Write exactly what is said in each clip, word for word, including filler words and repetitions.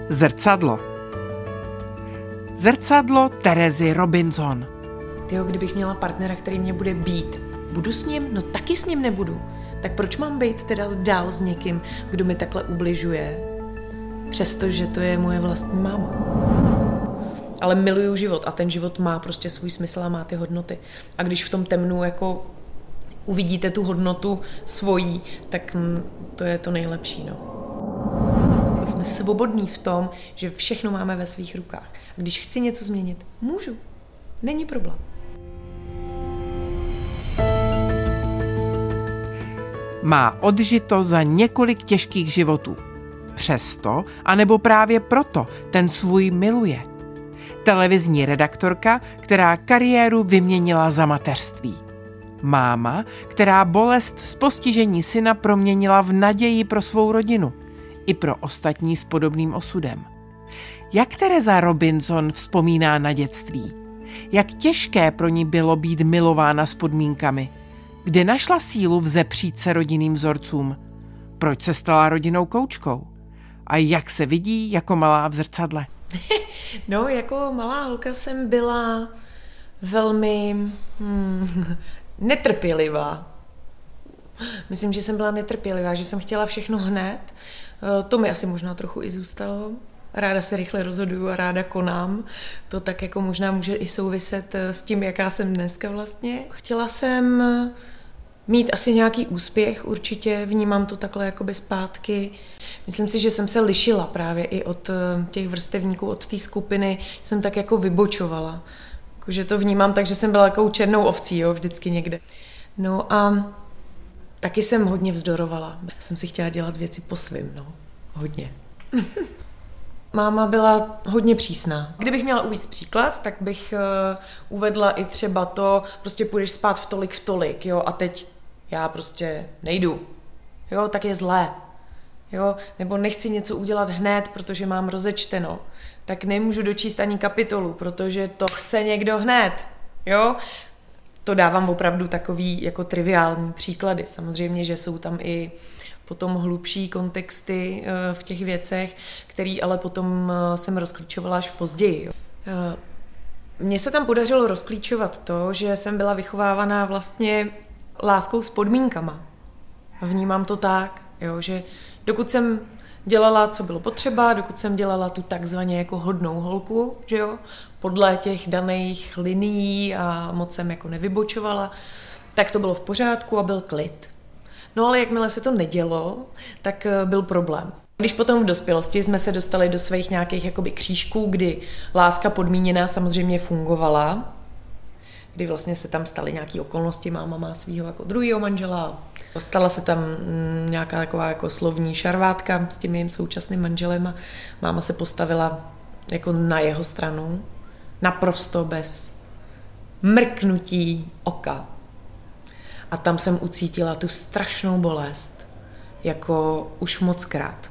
Zrcadlo. Zrcadlo Terezy Robinson. Tyjo, kdybych měla partnera, který mě bude bít, budu s ním? No taky s ním nebudu. Tak proč mám být teda dál s někým, kdo mi takhle ubližuje? Přestože to je moje vlastní máma. Ale miluju život a ten život má prostě svůj smysl a má ty hodnoty. A když v tom temnu jako uvidíte tu hodnotu svojí, tak to je to nejlepší, no. Jako jsme svobodní v tom, že všechno máme ve svých rukách. A když chci něco změnit, můžu. Není problém. Má odžito za několik těžkých životů. Přesto, anebo právě proto, ten svůj miluje. Televizní redaktorka, která kariéru vyměnila za mateřství. Máma, která bolest z postižení syna proměnila v naději pro svou rodinu i pro ostatní s podobným osudem. Jak Tereza Robinson vzpomíná na dětství? Jak těžké pro ní bylo být milována s podmínkami? Kde našla sílu vzepřít se rodinným vzorcům? Proč se stala rodinnou koučkou? A jak se vidí jako malá v zrcadle? No, jako malá holka jsem byla velmi hmm, netrpělivá. Myslím, že jsem byla netrpělivá, že jsem chtěla všechno hned. To mi asi možná trochu i zůstalo. Ráda se rychle rozhoduju a ráda konám. To tak jako možná může i souviset s tím, jaká jsem dneska vlastně. Chtěla jsem mít asi nějaký úspěch, určitě vnímám to takhle jakoby zpátky. Myslím si, že jsem se lišila právě i od těch vrstevníků, od té skupiny, jsem tak jako vybočovala. Že to vnímám tak, že jsem byla takovou černou ovcí, jo, vždycky někde. No a taky jsem hodně vzdorovala. Jsem si chtěla dělat věci po svým, no, hodně. Máma byla hodně přísná. Kdybych měla uvést příklad, tak bych uh, uvedla i třeba to, prostě půjdeš spát v tolik v tolik, jo, a teď já prostě nejdu, jo, tak je zlé, jo, nebo nechci něco udělat hned, protože mám rozečteno, tak nemůžu dočíst ani kapitolu, protože to chce někdo hned, jo. To dávám opravdu takový jako triviální příklady. Samozřejmě, že jsou tam i potom hlubší kontexty v těch věcech, který ale potom jsem rozklíčovala až později. Mně se tam podařilo rozklíčovat to, že jsem byla vychovávaná vlastně láskou s podmínkama. Vnímám to tak, jo, že dokud jsem dělala, co bylo potřeba, dokud jsem dělala tu takzvaně jako hodnou holku, že jo, podle těch daných linií a moc jsem jako nevybočovala, tak to bylo v pořádku a byl klid. No ale jakmile se to nedělo, tak byl problém. Když potom v dospělosti jsme se dostali do svých nějakých jakoby křížků, kdy láska podmíněná samozřejmě fungovala, kdy vlastně se tam staly nějaké okolnosti, máma má svýho jako druhýho manžela, stala se tam nějaká taková jako slovní šarvátka s tím mým současným manželem a máma se postavila jako na jeho stranu, naprosto bez mrknutí oka. A tam jsem ucítila tu strašnou bolest, jako už mockrát.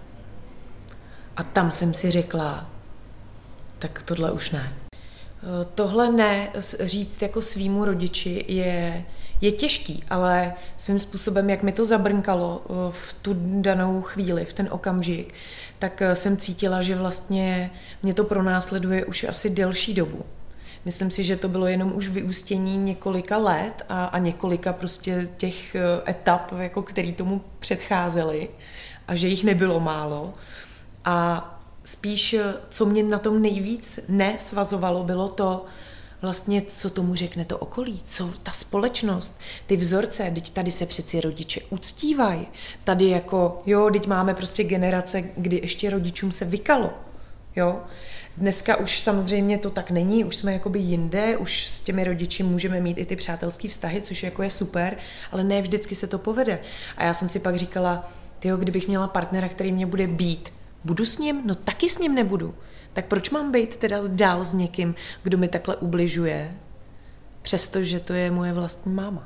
A tam jsem si řekla, tak tohle už ne. Tohle ne říct jako svýmu rodiči je, je těžký, ale svým způsobem, jak mi to zabrnkalo v tu danou chvíli, v ten okamžik, tak jsem cítila, že vlastně mě to pronásleduje už asi delší dobu. Myslím si, že to bylo jenom už vyústění několika let a, a několika prostě těch etap, jako který tomu předcházely a že jich nebylo málo. A spíš, co mě na tom nejvíc nesvazovalo, bylo to vlastně, co tomu řekne to okolí, co ta společnost, ty vzorce, teď tady se přeci rodiče uctívají, tady jako, jo, teď máme prostě generace, kdy ještě rodičům se vykalo, jo. Dneska už samozřejmě to tak není, už jsme jakoby jinde, už s těmi rodiči můžeme mít i ty přátelský vztahy, což jako je super, ale ne vždycky se to povede. A já jsem si pak říkala, tyjo, kdybych měla partnera, který mě bude bít, budu s ním? No taky s ním nebudu. Tak proč mám být teda dál s někým, kdo mi takhle ubližuje, přestože to je moje vlastní máma?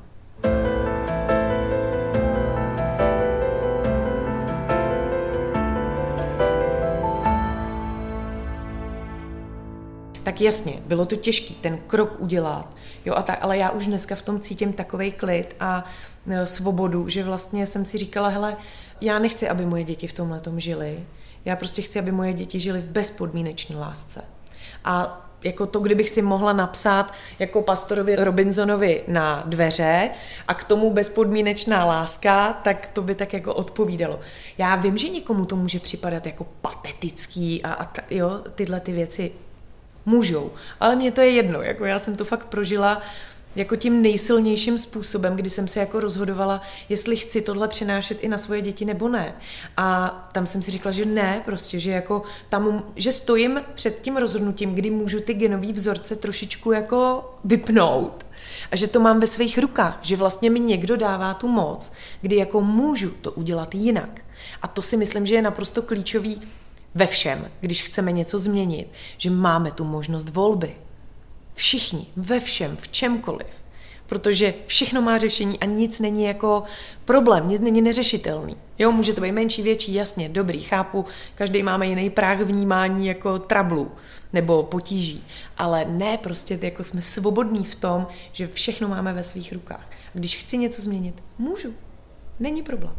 tak jasně, bylo to těžký ten krok udělat, jo, a tak, ale já už dneska v tom cítím takovej klid a e, svobodu, že vlastně jsem si říkala, hele, já nechci, aby moje děti v tomhletom žily, já prostě chci, aby moje děti žily v bezpodmínečné lásce. A jako to, kdybych si mohla napsat jako pastorovi Robinsonovi na dveře a k tomu bezpodmínečná láska, tak to by tak jako odpovídalo. Já vím, že někomu to může připadat jako patetický a, a ta, jo, tyhle ty věci můžou, ale mně to je jedno, jako já jsem to fakt prožila jako tím nejsilnějším způsobem, kdy jsem se jako rozhodovala, jestli chci tohle přinášet i na svoje děti nebo ne. A tam jsem si říkala, že ne, prostě, že jako tam, že stojím před tím rozhodnutím, kdy můžu ty genový vzorce trošičku jako vypnout a že to mám ve svých rukách, že vlastně mi někdo dává tu moc, kdy jako můžu to udělat jinak. A to si myslím, že je naprosto klíčový ve všem, když chceme něco změnit, že máme tu možnost volby. Všichni, ve všem, v čemkoliv. Protože všechno má řešení a nic není jako problém, nic není neřešitelný. Jo, může to být menší, větší, jasně, dobrý, chápu, každý máme jiný práh vnímání jako trablu nebo potíží, ale ne, prostě jako jsme svobodní v tom, že všechno máme ve svých rukách. A když chci něco změnit, můžu. Není problém.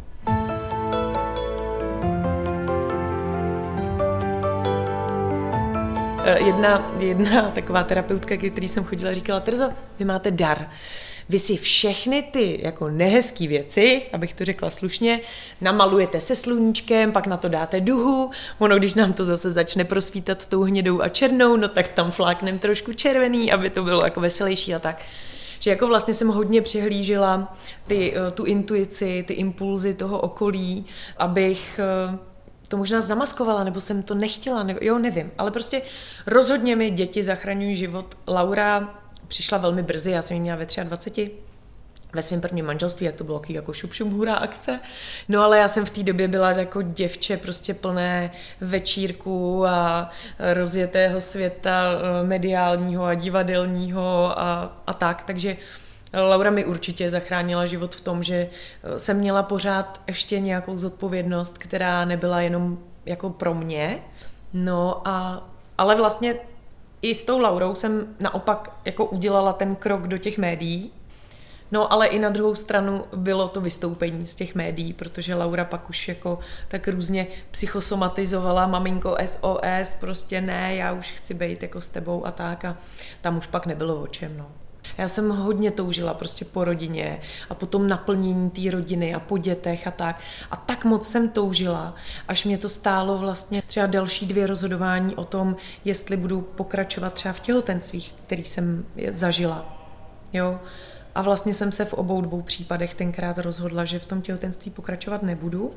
Jedna, jedna taková terapeutka, který jsem chodila, říkala, Terzo, vy máte dar. Vy si všechny ty jako nehezký věci, abych to řekla slušně, namalujete se sluníčkem, pak na to dáte duhu, ono když nám to zase začne prosvítat tou hnědou a černou, no tak tam fláknem trošku červený, aby to bylo jako veselější a tak. Že jako vlastně jsem hodně přihlížela ty, tu intuici, ty impulzy toho okolí, abych to možná zamaskovala, nebo jsem to nechtěla, nebo, jo, nevím, ale prostě rozhodně mi děti zachraňují život. Laura přišla velmi brzy, já jsem ji měla ve dvaceti třech, ve svém prvním manželství, jak to bylo jako šup šup hurá akce. No ale já jsem v té době byla jako děvče prostě plné večírků a rozjetého světa mediálního a divadelního a, a tak, takže Laura mi určitě zachránila život v tom, že jsem měla pořád ještě nějakou zodpovědnost, která nebyla jenom jako pro mě. No a, ale vlastně i s tou Laurou jsem naopak jako udělala ten krok do těch médií. No ale i na druhou stranu bylo to vystoupení z těch médií, protože Laura pak už jako tak různě psychosomatizovala, maminko S O S, prostě ne, já už chci být jako s tebou a tak a tam už pak nebylo o čem, no. Já jsem hodně toužila prostě po rodině a po tom naplnění té rodiny a po dětech a tak. A tak moc jsem toužila, až mě to stálo vlastně třeba další dvě rozhodování o tom, jestli budu pokračovat třeba v těhotenstvích, který jsem zažila. Jo? A vlastně jsem se v obou dvou případech tenkrát rozhodla, že v tom těhotenství pokračovat nebudu.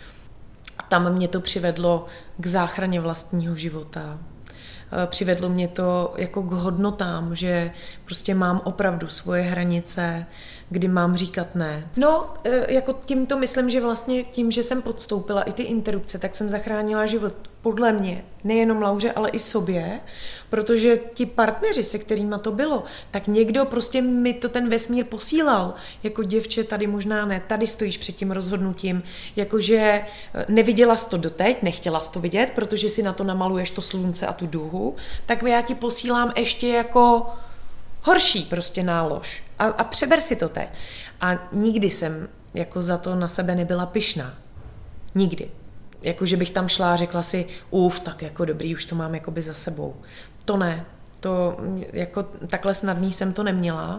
A tam mě to přivedlo k záchraně vlastního života. Přivedlo mě to jako k hodnotám, že prostě mám opravdu svoje hranice, kdy mám říkat ne. No, jako tímto myslím, že vlastně tím, že jsem podstoupila i ty interrupce, tak jsem zachránila život podle mě, nejenom Lauře, ale i sobě, protože ti partneři, se kterýma to bylo, tak někdo prostě mi to ten vesmír posílal, jako děvče, tady možná ne, tady stojíš před tím rozhodnutím, jakože neviděla jsi to doteď, nechtěla jsi to vidět, protože si na to namaluješ to slunce a tu duhu, tak já ti posílám ještě jako horší prostě nálož a, a přeber si to teď. A nikdy jsem jako za to na sebe nebyla pyšná. Nikdy. Jako, že bych tam šla a řekla si, uf, tak jako dobrý, už to mám jakoby za sebou. To ne. To jako takhle snadný jsem to neměla.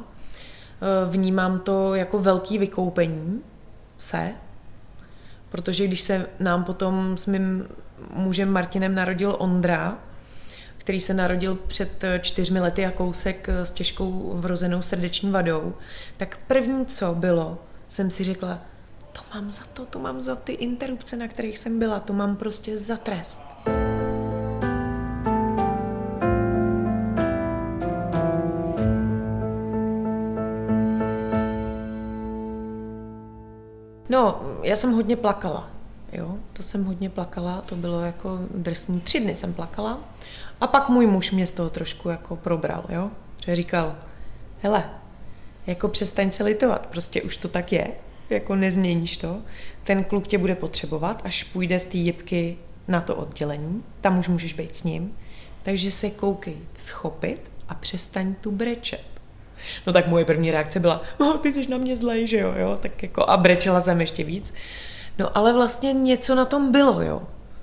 Vnímám to jako velký vykoupení se, protože když se nám potom s mým mužem Martinem narodil Ondra, který se narodil před čtyřmi lety a kousek s těžkou vrozenou srdeční vadou, tak první, co bylo, jsem si řekla, to mám za to, to mám za ty interrupce, na kterých jsem byla, to mám prostě za trest. No, já jsem hodně plakala, jo, to jsem hodně plakala, to bylo jako drsný, tři dny jsem plakala a pak můj muž mě z toho trošku jako probral, jo, že říkal, hele, jako přestaň se litovat, prostě už to tak je, jako nezměníš to, ten kluk tě bude potřebovat, až půjde z té jipky na to oddělení, tam už můžeš být s ním, takže se koukej schopit a přestaň tu brečet. No tak moje první reakce byla, oh, ty jsi na mě zlej, že jo, jo, tak jako a brečela jsem ještě víc. No ale vlastně něco na tom bylo, jo.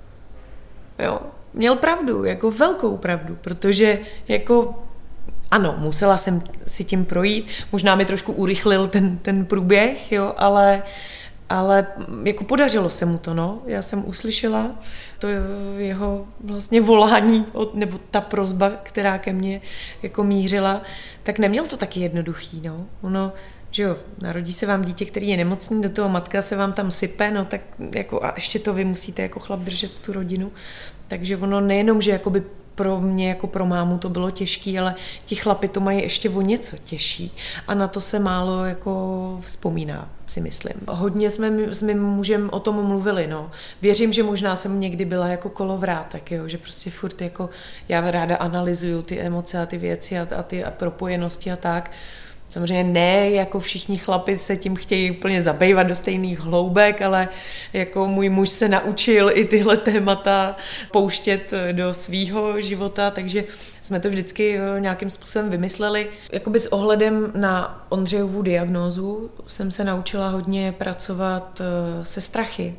Jo, měl pravdu, jako velkou pravdu, protože jako ano, musela jsem si tím projít, možná mi trošku urychlil ten, ten průběh, jo, ale, ale jako podařilo se mu to, no. Já jsem uslyšela to jeho vlastně volání, nebo ta prosba, která ke mně jako mířila, tak neměl to taky jednoduchý, no. Ono, že jo, narodí se vám dítě, který je nemocný, do toho matka se vám tam sype, no tak jako a ještě to vy musíte jako chlap držet tu rodinu, takže ono nejenom, že jakoby pro mě jako pro mámu to bylo těžký, ale ti chlapi to mají ještě o něco těžší a na to se málo jako vzpomíná, si myslím. Hodně jsme s mým mužem o tom mluvili, no. Věřím, že možná jsem někdy byla jako kolovrátek, jo, že prostě furt jako já ráda analyzuju ty emoce a ty věci a, a ty a propojenosti a tak. Samozřejmě ne, jako všichni chlapi se tím chtějí úplně zabývat do stejných hloubek, ale jako můj muž se naučil i tyhle témata pouštět do svýho života, takže jsme to vždycky nějakým způsobem vymysleli. Jakoby s ohledem na Ondřejovu diagnózu jsem se naučila hodně pracovat se strachy,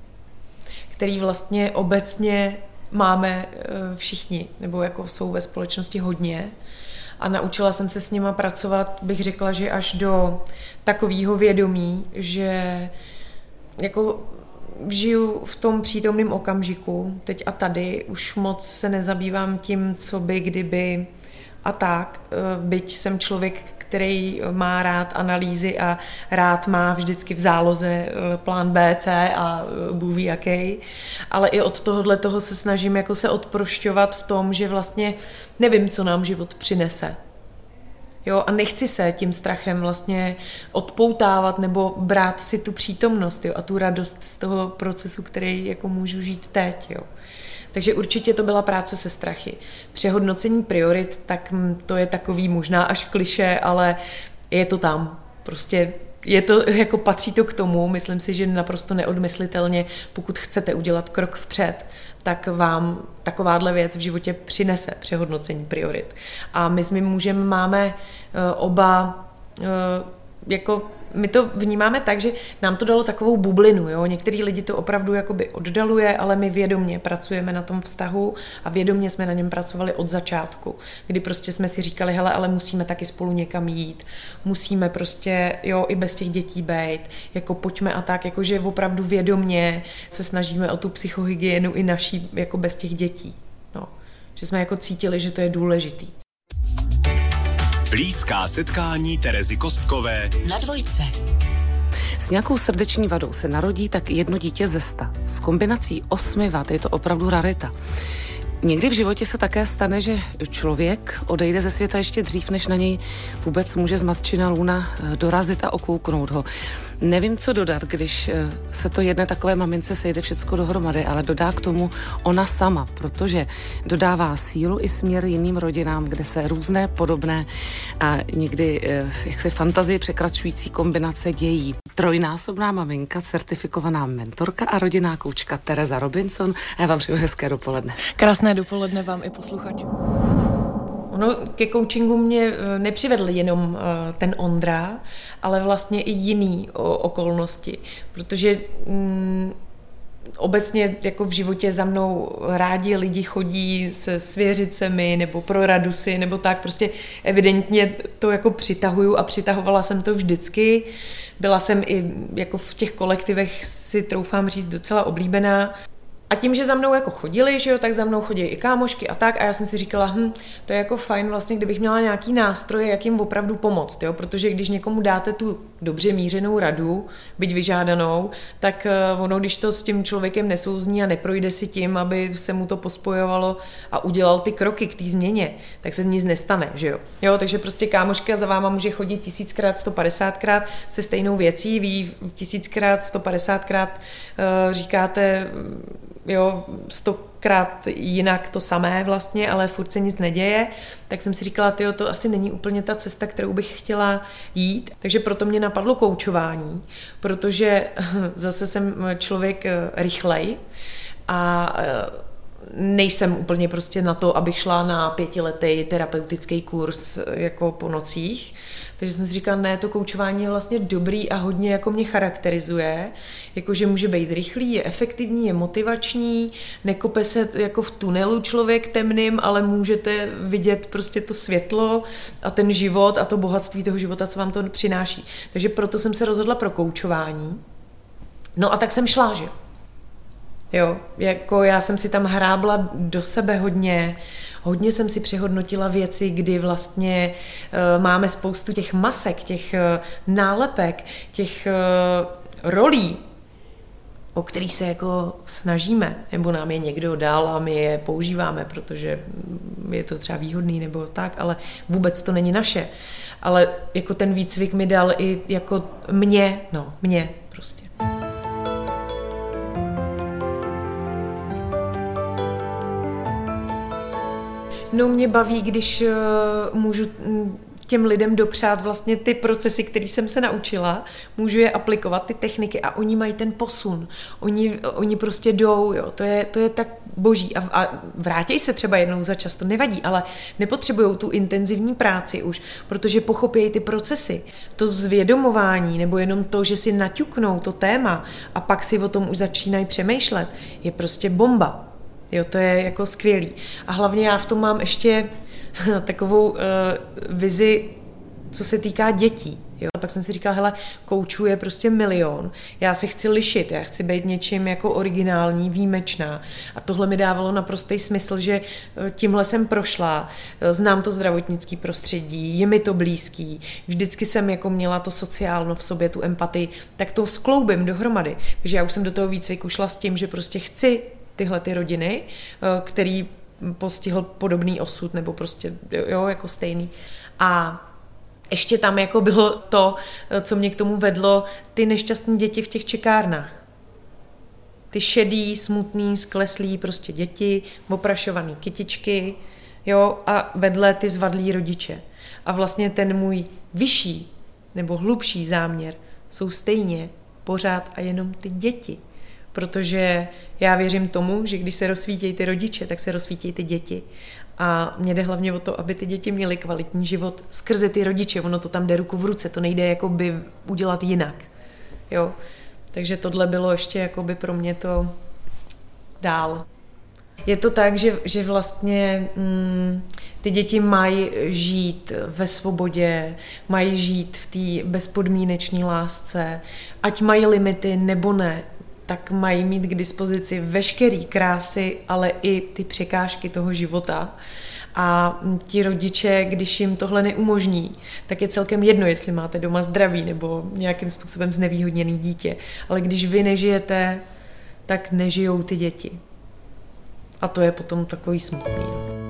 který vlastně obecně máme všichni, nebo jako jsou ve společnosti hodně. A naučila jsem se s nima pracovat, bych řekla, že až do takového vědomí, že jako žiju v tom přítomném okamžiku, teď a tady, už moc se nezabývám tím, co by, kdyby a tak. Byť jsem člověk, který má rád analýzy a rád má vždycky v záloze plán B, C a Bůh ví jaký, ale i od tohohle toho se snažím jako se odprošťovat v tom, že vlastně nevím, co nám život přinese. Jo, a nechci se tím strachem vlastně odpoutávat nebo brát si tu přítomnost, jo, a tu radost z toho procesu, který jako můžu žít teď. Jo. Takže určitě to byla práce se strachy. Přehodnocení priorit, tak to je takový možná až klišé, ale je to tam. Prostě je to, jako patří to k tomu, myslím si, že naprosto neodmyslitelně, pokud chcete udělat krok vpřed, tak vám takováhle věc v životě přinese přehodnocení priorit. A my s mým mužem máme uh, oba uh, jako my to vnímáme tak, že nám to dalo takovou bublinu, jo? Některý lidi to opravdu jakoby oddaluje, ale my vědomě pracujeme na tom vztahu a vědomě jsme na něm pracovali od začátku, kdy prostě jsme si říkali, hele, ale musíme taky spolu někam jít, musíme prostě, jo, i bez těch dětí bejt, jako pojďme a tak, jakože opravdu vědomě se snažíme o tu psychohygienu i naší, jako bez těch dětí, no. Že jsme jako cítili, že to je důležitý. Blízká setkání Terezy Kostkové na Dvojce. S nějakou srdeční vadou se narodí tak jedno dítě ze sta. S kombinací osmi vad je to opravdu rarita. Někdy v životě se také stane, že člověk odejde ze světa ještě dřív, než na něj vůbec může z matčina lůna dorazit a okouknout ho. Nevím, co dodat, když se to jedné takové mamince sejde všecko dohromady, ale dodá k tomu ona sama, protože dodává sílu i směr jiným rodinám, kde se různé, podobné a někdy jak se fantazii překračující kombinace dějí. Trojnásobná maminka, certifikovaná mentorka a rodinná koučka Tereza Robinson. A já vám přeju hezké dopoledne. Krásné dopoledne vám i posluchačům. Ono ke coachingu mě nepřivedl jenom ten Ondra, ale vlastně i jiný okolnosti, protože mm, obecně jako v životě za mnou rádi lidi chodí se svěřicemi nebo pro radu si nebo tak, prostě evidentně to jako přitahuju a přitahovala jsem to vždycky. Byla jsem i jako v těch kolektivech, si troufám říct, docela oblíbená. A tím, že za mnou jako chodili, že jo, tak za mnou chodí i kámošky a tak a já jsem si říkala, hm, to je jako fajn vlastně, kdybych měla nějaký nástroje, jak jim opravdu pomoct, jo, protože když někomu dáte tu dobře mířenou radu, byť vyžádanou, tak ono, když to s tím člověkem nesouzní a neprojde si tím, aby se mu to pospojovalo a udělal ty kroky k té změně, tak se nic nestane, že jo. Jo, takže prostě kámoška za váma může chodit tisíckrát, sto padesátkrát se stejnou věcí, vy tisíckrát, sto padesátkrát uh, říkáte, jo, stokrát jinak to samé vlastně, ale furt se nic neděje, tak jsem si říkala, tyjo, to asi není úplně ta cesta, kterou bych chtěla jít, takže proto mě napadlo koučování, protože zase jsem člověk rychlej a nejsem úplně prostě na to, abych šla na pětiletý terapeutický kurz jako po nocích. Takže jsem si říkala, ne, to koučování je vlastně dobrý a hodně jako mě charakterizuje, jakože může být rychlý, je efektivní, je motivační, nekope se jako v tunelu člověk temným, ale můžete vidět prostě to světlo a ten život a to bohatství toho života, co vám to přináší. Takže proto jsem se rozhodla pro koučování. No a tak jsem šla, že jo, jako já jsem si tam hrábla do sebe hodně, hodně jsem si přehodnotila věci, kdy vlastně uh, máme spoustu těch masek, těch uh, nálepek, těch uh, rolí, o kterých se jako snažíme, nebo nám je někdo dal a my je používáme, protože je to třeba výhodný nebo tak, ale vůbec to není naše. Ale jako ten výcvik mi dal i jako mě, no, mě prostě. No mě baví, když uh, můžu těm lidem dopřát vlastně ty procesy, které jsem se naučila, můžu je aplikovat, ty techniky a oni mají ten posun. Oni, oni prostě jdou, jo, to je, to je tak boží a, a vrátí se třeba jednou za čas, to nevadí, ale nepotřebují tu intenzivní práci už, protože pochopějí ty procesy. To zvědomování nebo jenom to, že si naťuknou to téma a pak si o tom už začínají přemýšlet, je prostě bomba. Jo, to je jako skvělý. A hlavně já v tom mám ještě takovou uh, vizi, co se týká dětí. Jo. A pak jsem si říkala, hele, koučů je prostě milion. Já se chci lišit, já chci být něčím jako originální, výjimečná. A tohle mi dávalo naprostý smysl, že tímhle jsem prošla, znám to zdravotnické prostředí, je mi to blízký, vždycky jsem jako měla to sociálno v sobě, tu empatii, tak to skloubím dohromady. Takže já už jsem do toho výcviku šla s tím, že prostě chci tyhle ty rodiny, který postihl podobný osud nebo prostě jo, jako stejný. A ještě tam jako bylo to, co mě k tomu vedlo, ty nešťastné děti v těch čekárnách. Ty šedý, smutný, skleslý prostě děti, oprašovaný kytičky, jo, a vedle ty zvadlí rodiče. A vlastně ten můj vyšší nebo hlubší záměr jsou stejně pořád a jenom ty děti. Protože já věřím tomu, že když se rozsvítějí ty rodiče, tak se rozsvítějí ty děti. A mně jde hlavně o to, aby ty děti měly kvalitní život skrze ty rodiče. Ono to tam jde ruku v ruce, to nejde jakoby udělat jinak. Jo? Takže tohle bylo ještě jakoby pro mě to dál. Je to tak, že, že vlastně mm, ty děti mají žít ve svobodě, mají žít v té bezpodmínečné lásce, ať mají limity nebo ne, tak mají mít k dispozici veškerý krásy, ale i ty překážky toho života. A ti rodiče, když jim tohle neumožní, tak je celkem jedno, jestli máte doma zdraví nebo nějakým způsobem znevýhodněný dítě. Ale když vy nežijete, tak nežijou ty děti. A to je potom takový smutný.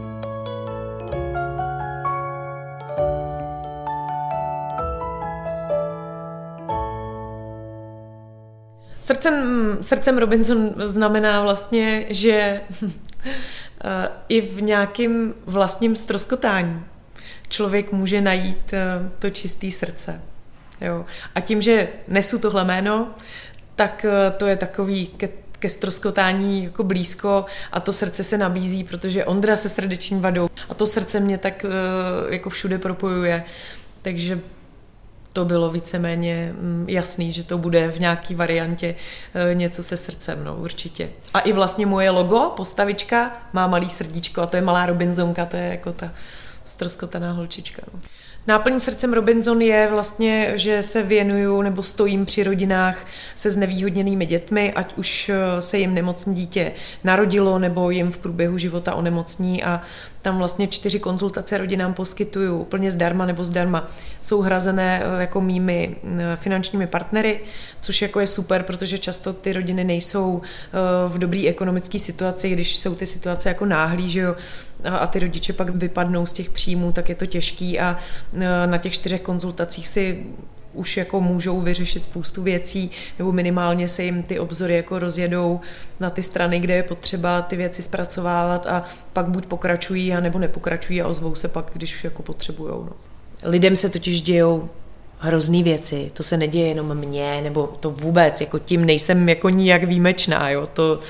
Srdcem, srdcem Robinson znamená vlastně, že i v nějakém vlastním ztroskotání člověk může najít to čisté srdce. Jo. A tím, že nesu tohle jméno, tak to je takový ke, ke ztroskotání jako blízko a to srdce se nabízí, protože Ondra se srdeční vadou a to srdce mě tak jako všude propojuje. Takže to bylo víceméně jasný, že to bude v nějaký variantě něco se srdcem, no určitě. A i vlastně moje logo, postavička, má malý srdíčko a to je malá Robinsonka, to je jako ta ztroskotaná holčička. No. Náplň srdcem Robinson je vlastně, že se věnuju nebo stojím při rodinách se znevýhodněnými dětmi, ať už se jim nemocné dítě narodilo nebo jim v průběhu života onemocní a tam vlastně čtyři konzultace rodinám poskytuju úplně zdarma nebo zdarma. Jsou hrazené jako mými finančními partnery, což jako je super, protože často ty rodiny nejsou v dobré ekonomické situaci, když jsou ty situace jako náhlý, že jo, a ty rodiče pak vypadnou z těch příjmů, tak je to těžký a na těch čtyřech konzultacích si už jako můžou vyřešit spoustu věcí, nebo minimálně se jim ty obzory jako rozjedou na ty strany, kde je potřeba ty věci zpracovávat a pak buď pokračují, anebo nepokračují a ozvou se pak, když už jako potřebujou. No. Lidem se totiž dějou hrozný věci, to se neděje jenom mně, nebo to vůbec, jako tím nejsem jako nijak výjimečná, jo, to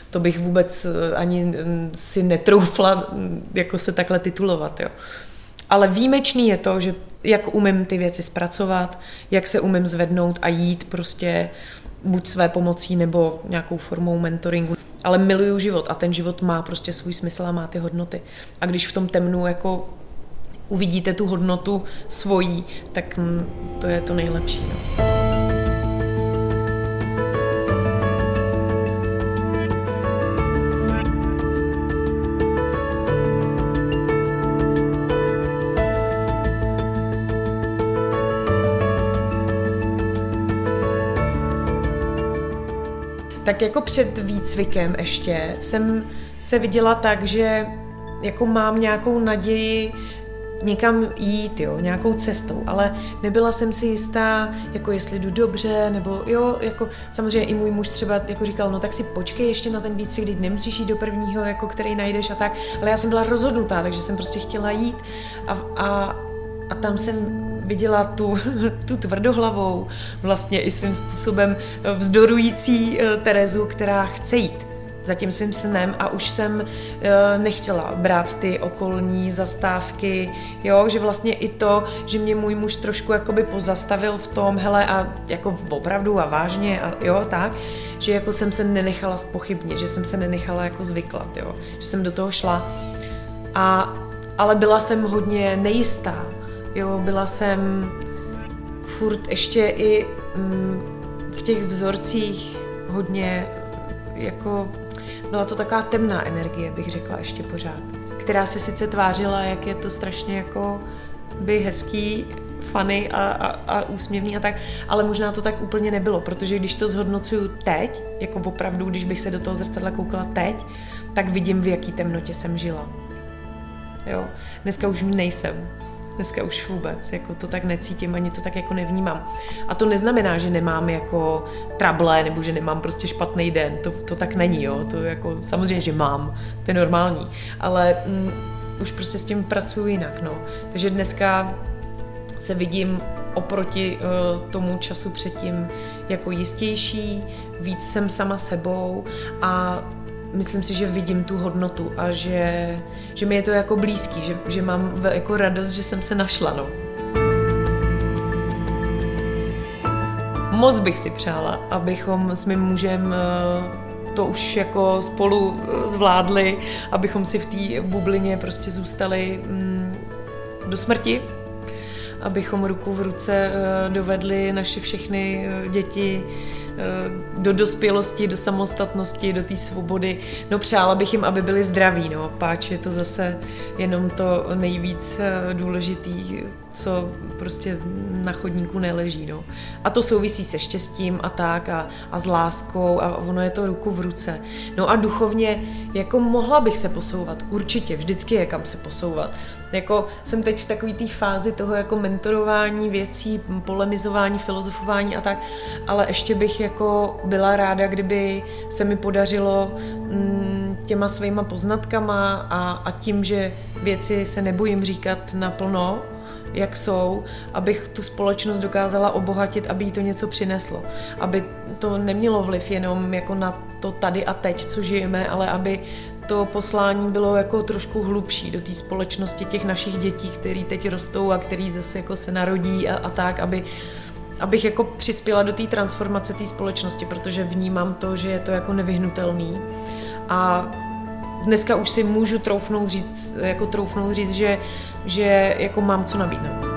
to bych vůbec ani si netroufla jako se takhle titulovat, jo. Ale výjimečný je to, že jak umím ty věci zpracovat, jak se umím zvednout a jít prostě buď své pomocí nebo nějakou formou mentoringu. Ale miluju život a ten život má prostě svůj smysl a má ty hodnoty. A když v tom temnu jako uvidíte tu hodnotu svojí, tak to je to nejlepší. No. Tak jako před výcvikem ještě jsem se viděla tak, že jako mám nějakou naději někam jít, jo, nějakou cestou, ale nebyla jsem si jistá, jako jestli jdu dobře, nebo jo, jako samozřejmě i můj muž třeba jako říkal, no tak si počkej ještě na ten výcvik, teď nemusíš jít do prvního, jako který najdeš a tak, ale já jsem byla rozhodnutá, takže jsem prostě chtěla jít a, a, a tam jsem viděla tu, tu tvrdohlavou, vlastně i svým způsobem vzdorující Terezu, která chce jít za tím svým snem a už jsem nechtěla brát ty okolní zastávky, jo, že vlastně i to, že mě můj muž trošku jakoby pozastavil v tom, hele a jako opravdu a vážně a jo, tak, že jako jsem se nenechala zpochybnit, že jsem se nenechala jako zvyklat, jo, že jsem do toho šla a, ale byla jsem hodně nejistá. Jo, byla jsem furt ještě i mm, v těch vzorcích hodně, jako byla to taková temná energie, bych řekla ještě pořád, která se sice tvářila, jak je to strašně jako by hezký, funny a, a, a úsměvný a tak, ale možná to tak úplně nebylo, protože když to zhodnocuju teď, jako opravdu, když bych se do toho zrcadla koukala teď, tak vidím, v jaký temnotě jsem žila. Jo, dneska už nejsem. Dneska už vůbec, jako to tak necítím, ani to tak jako nevnímám. A to neznamená, že nemám jako trable, nebo že nemám prostě špatný den, to, to tak není, jo, to jako samozřejmě, že mám, to je normální, ale mm, už prostě s tím pracuji jinak, no. Takže dneska se vidím oproti uh, tomu času předtím jako jistější, víc jsem sama sebou a myslím si, že vidím tu hodnotu a že, že mi je to jako blízký, že, že mám jako radost, že jsem se našla, no. Moc bych si přála, abychom s mým mužem to už jako spolu zvládli, abychom si v té bublině prostě zůstali do smrti, abychom ruku v ruce dovedli naše všechny děti do dospělosti, do samostatnosti, do té svobody. No přála bych jim, aby byli zdraví, no, páč je to zase jenom to nejvíc důležitý, co prostě na chodníku neleží, no. A to souvisí se štěstím a tak a, a s láskou a ono je to ruku v ruce. No a duchovně, jako mohla bych se posouvat, určitě, vždycky je kam se posouvat. Jako jsem teď v takové té fázi toho jako mentorování věcí, polemizování, filozofování a tak, ale ještě bych jako byla ráda, kdyby se mi podařilo mm, těma svýma poznatkama a, a tím, že věci se nebojím říkat naplno, jak jsou, abych tu společnost dokázala obohatit, aby jí to něco přineslo. Aby to nemělo vliv jenom jako na to tady a teď, co žijeme, ale aby to poslání bylo jako trošku hlubší do té společnosti těch našich dětí, který teď rostou a který zase jako se narodí a, a tak, aby, abych jako přispěla do té transformace té společnosti, protože vnímám to, že je to jako nevyhnutelný. A dneska už si můžu troufnout říct, jako troufnout říct, že, že jako mám co nabídnout.